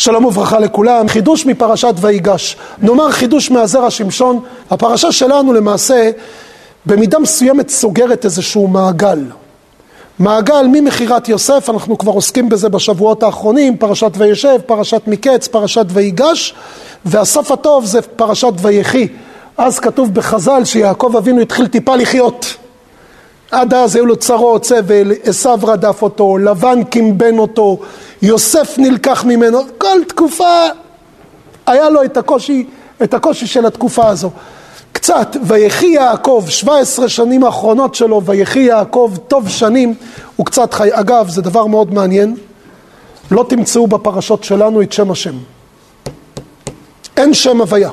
שלום וברכה לכולם. חידוש מפרשת ויגש. נאמר חידוש מהזרע שמשון. הפרשה שלנו למעשה במידה מסוימת סוגרת איזשהו מעגל. מעגל ממחירת יוסף, אנחנו כבר עוסקים בזה בשבועות האחרונים, פרשת וישב, פרשת מקץ, פרשת ויגש, והסוף הטוב זה פרשת ויחי. אז כתוב בחז"ל שיעקב אבינו התחיל טיפה לחיות. עד אז היו לו צרות, סבל, עשיו רדף אותו, לבן קימבן אותו, יוסף נלקח ממנו, כל תקופה היה לו את הקושי של התקופה הזו. קצת, ויחי יעקב, 17 שנים האחרונות שלו, ויחי יעקב טוב שנים, הוא קצת חי. אגב, זה דבר מאוד מעניין, לא תמצאו בפרשות שלנו את שם השם. אין שם הוויה.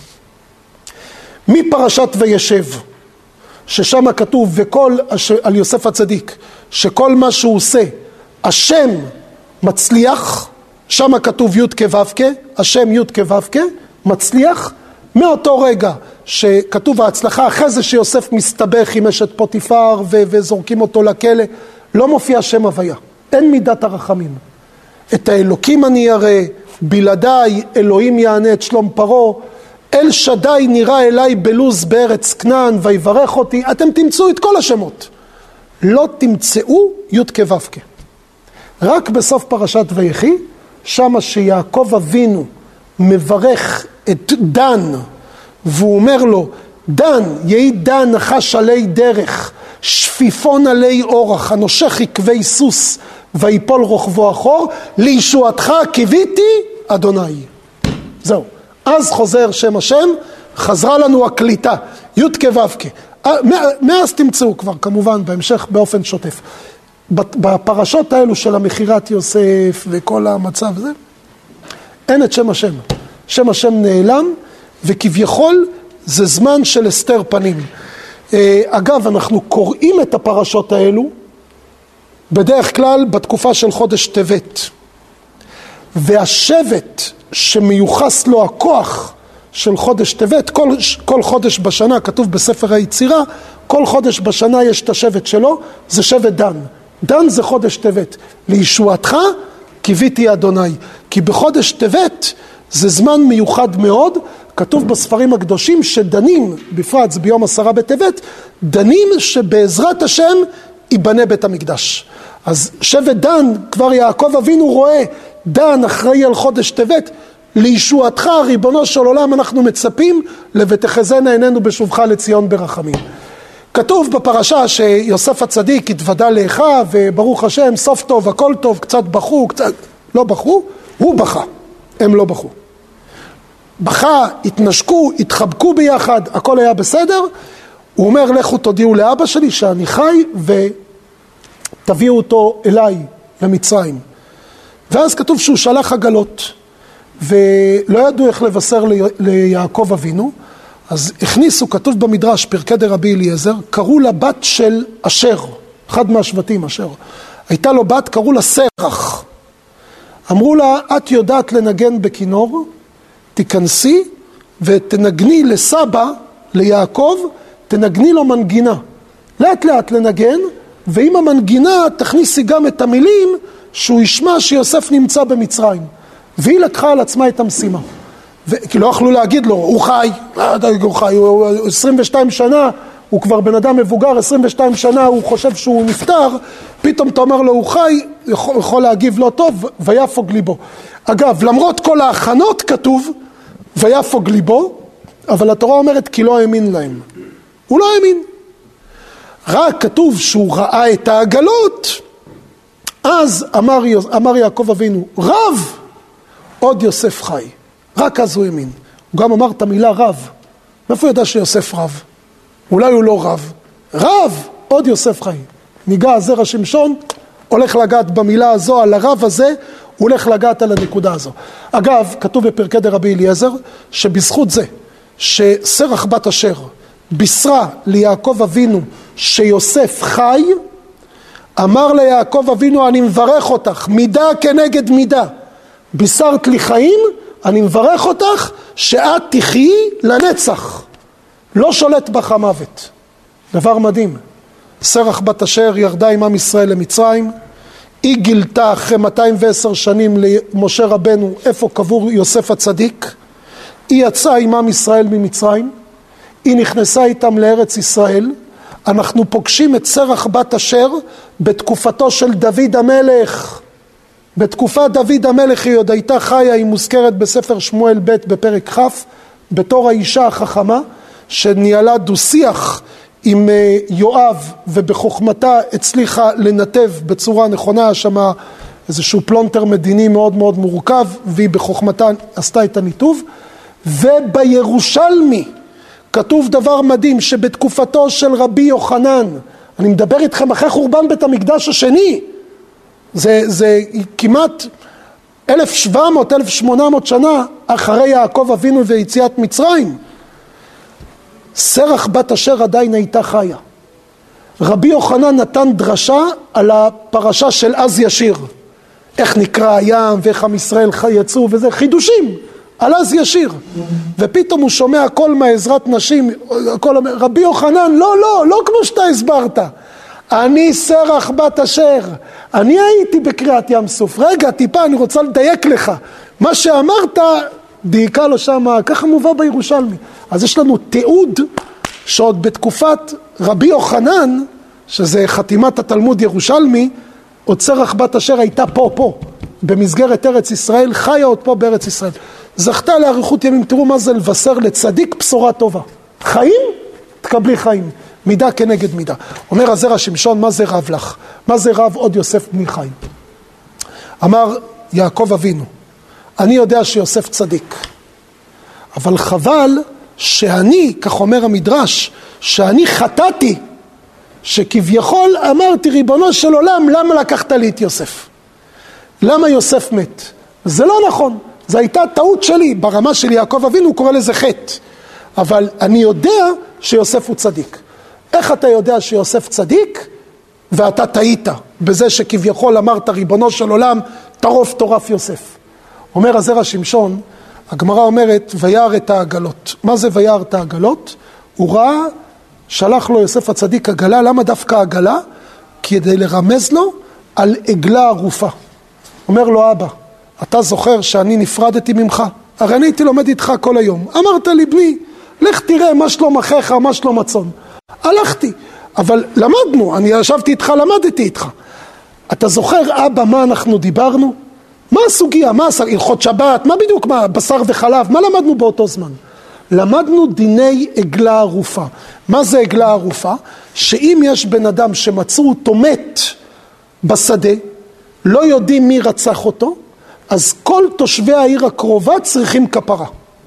מפרשת וישב, ששם כתוב וכל על יוסף הצדיק, שכל מה שהוא עושה, השם מצליח, שם כתוב י' כו' השם י' כו' מצליח, מאותו רגע שכתוב ההצלחה, אחרי זה שיוסף מסתבך עם אשת פוטיפר וזורקים אותו לכלא, לא מופיע שם הוויה, אין מידת הרחמים. את האלוקים אני אראה, בלעדיי אלוהים יענה את שלום פרעה, אל שדי נראה אליי בלוז בארץ כנען ויברך אותי. אתם תמצאו את כל השמות, לא תמצאו י' כו' רק בסוף פרשת ויחי, שמה שיעקב אבינו מברך את דן, והוא אומר לו, דן, יהי דן נחש עלי דרך, שפיפון עלי אורח, הנושך עקבי סוס, ויפול רוחבו אחור, לישועתך קיוויתי אדוני. זהו. אז חוזר שם השם, חזרה לנו הקליטה, י' כו' מאז תמצאו כבר, כמובן, בהמשך באופן שוטף. בפרשות האלו של המחירת יוסף וכל המצב הזה, אין את שם השם. שם השם נעלם, וכביכול זה זמן של הסתר פנים. אגב, אנחנו קוראים את הפרשות האלו, בדרך כלל בתקופה של חודש טבת. והשבט שמיוחס לו הכוח של חודש טבת, כל חודש בשנה, כתוב בספר היצירה, כל חודש בשנה יש את השבט שלו, זה שבט דן. דן זה חודש טבת. לישועתך קיוויתי אדוני. כי בחודש טבת זה זמן מיוחד מאוד, כתוב בספרים הקדושים שדנים, בפרט זה ביום 10 בטבת, דנים שבעזרת השם ייבנה בית המקדש. אז שבט דן, כבר יעקב אבינו רואה, דן אחראי על חודש טבת, לישועתך ריבונו של עולם אנחנו מצפים, לבתחזינה עינינו בשובך לציון ברחמים. כתוב בפרשה שיוסף הצדיק התוודע לאחיו, וברוך השם סוף טוב הכל טוב, קצת בכו, קצת לא בכו, הוא בכה, הם לא בכו. בכה, התנשקו, התחבקו ביחד, הכל היה בסדר. הוא אומר לכו תודיעו לאבא שלי שאני חי ותביאו אותו אליי למצרים. ואז כתוב שהוא שלח עגלות, ולא ידעו איך לבשר ליעקב אבינו, אז הכניסו, כתוב במדרש, פרקי דרבי אליעזר, קראו לה בת של אשר, אחד מהשבטים אשר. הייתה לו בת, קראו לה סרח. אמרו לה, את יודעת לנגן בכינור, תיכנסי ותנגני לסבא, ליעקב, תנגני לו מנגינה. לאט לאט לנגן, ועם המנגינה תכניסי גם את המילים שהוא ישמע שיוסף נמצא במצרים. והיא לקחה על עצמה את המשימה. כי לא יכלו להגיד לו, הוא חי, הוא 22 שנה, הוא כבר בן אדם מבוגר, 22 שנה הוא חושב שהוא נפטר, פתאום אתה אומר לו, הוא חי, יכול להגיב לא טוב, ויפוג ליבו. אגב, למרות כל ההכנות כתוב, ויפוג ליבו, אבל התורה אומרת כי לא האמין להם. הוא לא האמין. רק כתוב שהוא ראה את העגלות, אז אמר יעקב אבינו, רב, עוד יוסף חי. רק אז הוא האמין. הוא גם אמר את המילה רב. מאיפה ידע שיוסף רב? אולי הוא לא רב. רב, עוד יוסף חי. ניגע זרע שמשון, הולך לגעת במילה הזו, על הרב הזה, הוא הולך לגעת על הנקודה הזו. אגב, כתוב בפרקי דרבי אליעזר, שבזכות זה, שסרח בת אשר בישרה ליעקב אבינו שיוסף חי, אמר ליעקב אבינו, אני מברך אותך, מידה כנגד מידה. בישרת לי חיים, אני מברך אותך שאת תחיי לנצח. לא שולט בך המוות. דבר מדהים. סרח בת אשר ירדה עם עם ישראל למצרים, היא גילתה אחרי 210 שנים למשה רבנו איפה קבור יוסף הצדיק, היא יצאה עם עם ישראל ממצרים, היא נכנסה איתם לארץ ישראל, אנחנו פוגשים את סרח בת אשר בתקופתו של דוד המלך. בתקופת דוד המלך היא עוד הייתה חיה, היא מוזכרת בספר שמואל ב' בפרק כ', בתור האישה החכמה שניהלה דו-שיח עם יואב ובחוכמתה הצליחה לנתב בצורה נכונה, שמה איזשהו פלונטר מדיני מאוד מאוד מורכב, והיא בחוכמתה עשתה את הניתוב. ובירושלמי כתוב דבר מדהים, שבתקופתו של רבי יוחנן, אני מדבר איתכם אחרי חורבן בית המקדש השני, זה כמעט 1700-1800 שנה אחרי יעקב אבינו ויציאת מצרים, סרח בת אשר עדיין הייתה חיה. רבי יוחנן נתן דרשה על הפרשה של אז ישיר, איך נקרא הים ואיך עם ישראל יצאו וזה, חידושים על אז ישיר. ופתאום הוא שומע קול מעזרת נשים, רבי יוחנן, לא כמו שאתה הסברת, אני סרח בת אשר, אני הייתי בקריאת ים סוף, רגע טיפה אני רוצה לדייק לך, מה שאמרת דייקה לו שם, ככה מובא בירושלמי. אז יש לנו תיעוד שעוד בתקופת רבי יוחנן, שזה חתימת התלמוד ירושלמי, עוד סרח בת אשר הייתה פה, במסגרת ארץ ישראל, חיה עוד פה בארץ ישראל. זכתה לאריכות ימים, תראו מה זה לבשר לצדיק בשורה טובה. חיים, תקבלי חיים. מידה כנגד מידה. אומר הזרע שמשון, מה זה רב לך? מה זה רב עוד יוסף בני חיים? אמר יעקב אבינו, אני יודע שיוסף צדיק, אבל חבל שאני, כך אומר המדרש, שאני חטאתי, שכביכול אמרתי ריבונו של עולם, למה לקחת לי את יוסף? למה יוסף מת? זה לא נכון, זו הייתה טעות שלי, ברמה של יעקב אבינו הוא קורא לזה חטא, אבל אני יודע שיוסף הוא צדיק. איך אתה יודע שיוסף צדיק ואתה טעית בזה שכביכול אמרת ריבונו של עולם טרוף טורף יוסף? אומר הזרע שמשון, הגמרא אומרת וירא את העגלות. מה זה וירא את העגלות? הוא ראה, שלח לו יוסף הצדיק עגלה. למה דווקא עגלה? כדי לרמז לו על עגלה ערופה. אומר לו אבא, אתה זוכר שאני נפרדתי ממך? הרי אני הייתי לומד איתך כל היום. אמרת לי בני, לך תראה מה שלום אחיך, מה שלום הצאן. הלכתי, אבל למדנו, אני ישבתי איתך, למדתי איתך. אתה זוכר אבא מה אנחנו דיברנו? מה הסוגיה? מה הלכות שבת? מה בדיוק? מה? בשר וחלב? מה למדנו באותו זמן? למדנו דיני עגלה ערופה. מה זה עגלה ערופה? שאם יש בן אדם שמצאו אותו מת בשדה, לא יודעים מי רצח אותו, אז כל תושבי העיר הקרובה צריכים כפרה.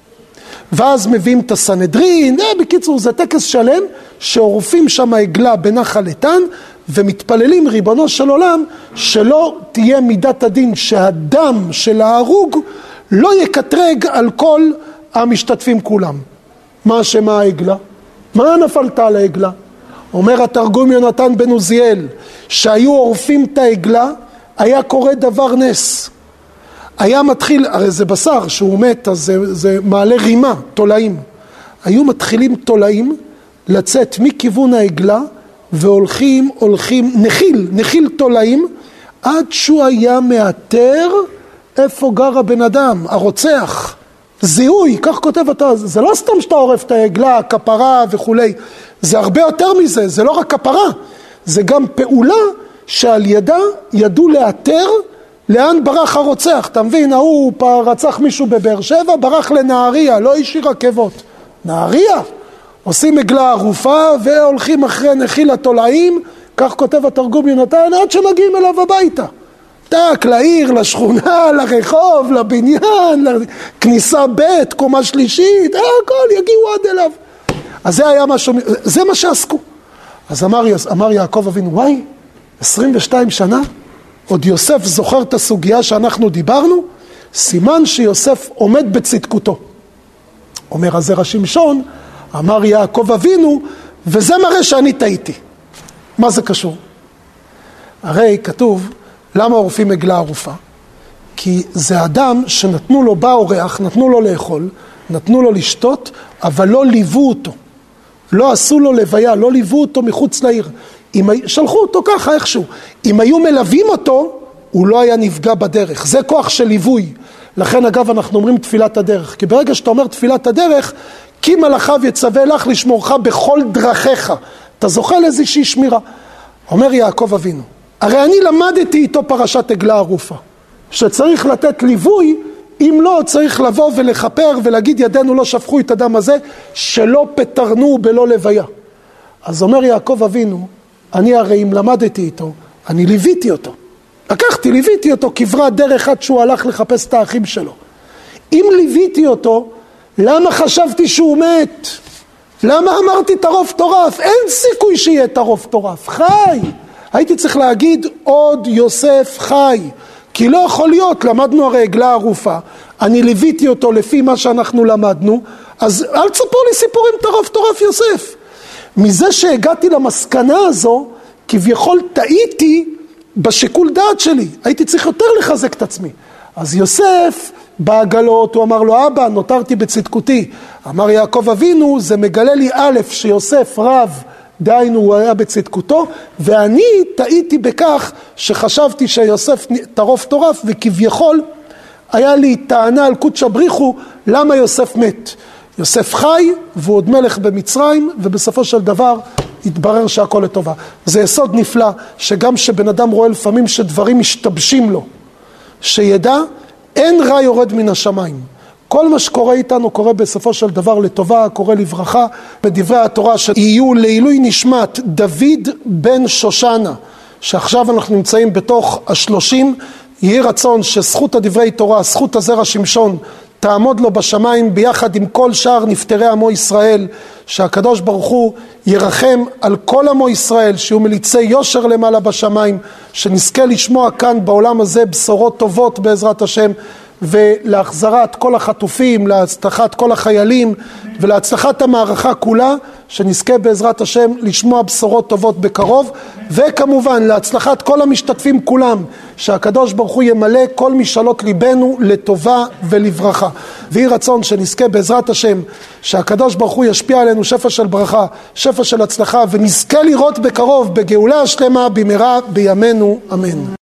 ואז מביאים את הסנהדרין, בקיצור זה טקס שלם שעורפים שם עגלה בנחל איתן ומתפללים ריבונו של עולם שלא תהיה מידת הדין שהדם של ההרוג לא יקטרג על כל המשתתפים כולם. מה שמה העגלה? מה נפלת על העגלה? אומר התרגום יונתן בן עוזיאל, שהיו עורפים את העגלה היה קורה דבר נס. היה מתחיל, הרי זה בשר שהוא מת, אז זה מעלה רימה, תולעים. היו מתחילים תולעים לצאת מכיוון העגלה והולכים, נחיל תולעים, עד שהוא היה מאתר איפה גר הבן אדם, הרוצח. זיהוי, כך כותב אתה, זה לא סתם שאתה עורף את העגלה, כפרה וכולי, זה הרבה יותר מזה, זה לא רק כפרה, זה גם פעולה שעל ידה ידעו לאתר לאן ברח הרוצח. אתה מבין, הוא רצח מישהו בבאר שבע, ברח לנהריה, לא השאיר רכבות. נהריה, עושים עגלה ערופה והולכים אחרי נחיל התולעים, כך כותב התרגום יונתן, עד שמגיעים אליו הביתה. טק, לעיר, לשכונה, לרחוב, לבניין, לכניסה בית, קומה שלישית, הכל יגיעו עד אליו. אז זה היה משהו, זה מה שעסקו. אז אמר יעקב אבינו, וואי, 22 שנה, עוד יוסף זוכר את הסוגיה שאנחנו דיברנו, סימן שיוסף עומד בצדקותו. אומר הזרע שמשון, אמר יעקב אבינו, וזה מראה שאני טעיתי. מה זה קשור? הרי כתוב, למה עורפים עגלה ערופה? כי זה אדם שנתנו לו באורח, נתנו לו לאכול, נתנו לו לשתות, אבל לא ליוו אותו. לא עשו לו לוויה, לא ליוו אותו מחוץ לעיר. שלחו אותו ככה איכשהו. אם היו מלווים אותו, הוא לא היה נפגע בדרך. זה כוח של ליווי. לכן אגב אנחנו אומרים תפילת הדרך. כי ברגע שאתה אומר תפילת הדרך, כי מלאכיו יצווה לך לשמורך בכל דרכיך. אתה זוכה לאיזושהי שמירה. אומר יעקב אבינו, הרי אני למדתי איתו פרשת עגלה ערופה. שצריך לתת ליווי, אם לא צריך לבוא ולחפר ולהגיד ידינו לא שפכו את הדם הזה, שלא פטרנו בלא לוויה. אז אומר יעקב אבינו, אני הרי אם למדתי איתו, אני ליוויתי אותו. ליוויתי אותו כברת דרך עד שהוא הלך לחפש את האחים שלו. אם ליוויתי אותו, למה חשבתי שהוא מת? למה אמרתי טרוף טורף? אין סיכוי שיהיה טרוף טורף. חי! הייתי צריך להגיד עוד יוסף חי. כי לא יכול להיות, למדנו הרי עגלה ערופה, אני ליוויתי אותו לפי מה שאנחנו למדנו, אז אל תספרו לי סיפורים טרוף טורף יוסף. מזה שהגעתי למסקנה הזו, כביכול טעיתי בשיקול דעת שלי, הייתי צריך יותר לחזק את עצמי. אז יוסף בעגלות, הוא אמר לו, אבא, נותרתי בצדקותי. אמר יעקב אבינו, זה מגלה לי א' שיוסף רב, דיינו הוא היה בצדקותו, ואני טעיתי בכך שחשבתי שיוסף טרוף טורף, וכביכול היה לי טענה על קודש הבריחו, למה יוסף מת. יוסף חי, והוא עוד מלך במצרים, ובסופו של דבר התברר שהכל לטובה. זה יסוד נפלא, שגם שבן אדם רואה לפעמים שדברים משתבשים לו, שידע, אין רע יורד מן השמיים. כל מה שקורה איתנו קורה בסופו של דבר לטובה, קורה לברכה. בדברי התורה שיהיו לעילוי נשמת דוד בן שושנה, שעכשיו אנחנו נמצאים בתוך 30, יהי רצון שזכות הדברי תורה, זכות הזרע שמשון, תעמוד לו בשמיים ביחד עם כל שאר נפטרי עמו ישראל, שהקדוש ברוך הוא ירחם על כל עמו ישראל, שיהיו מליצי יושר למעלה בשמיים, שנזכה לשמוע כאן בעולם הזה בשורות טובות בעזרת השם, ולהחזרת כל החטופים, להצלחת כל החיילים ולהצלחת המערכה כולה, שנזכה בעזרת השם לשמוע בשורות טובות בקרוב, וכמובן להצלחת כל המשתתפים כולם, שהקדוש ברוך הוא ימלא כל משאלות ליבנו לטובה ולברכה. ויהי רצון שנזכה בעזרת השם שהקדוש ברוך הוא ישפיע עלינו שפע של ברכה, שפע של הצלחה, ונזכה לראות בקרוב בגאולה השלמה במהרה בימינו אמן.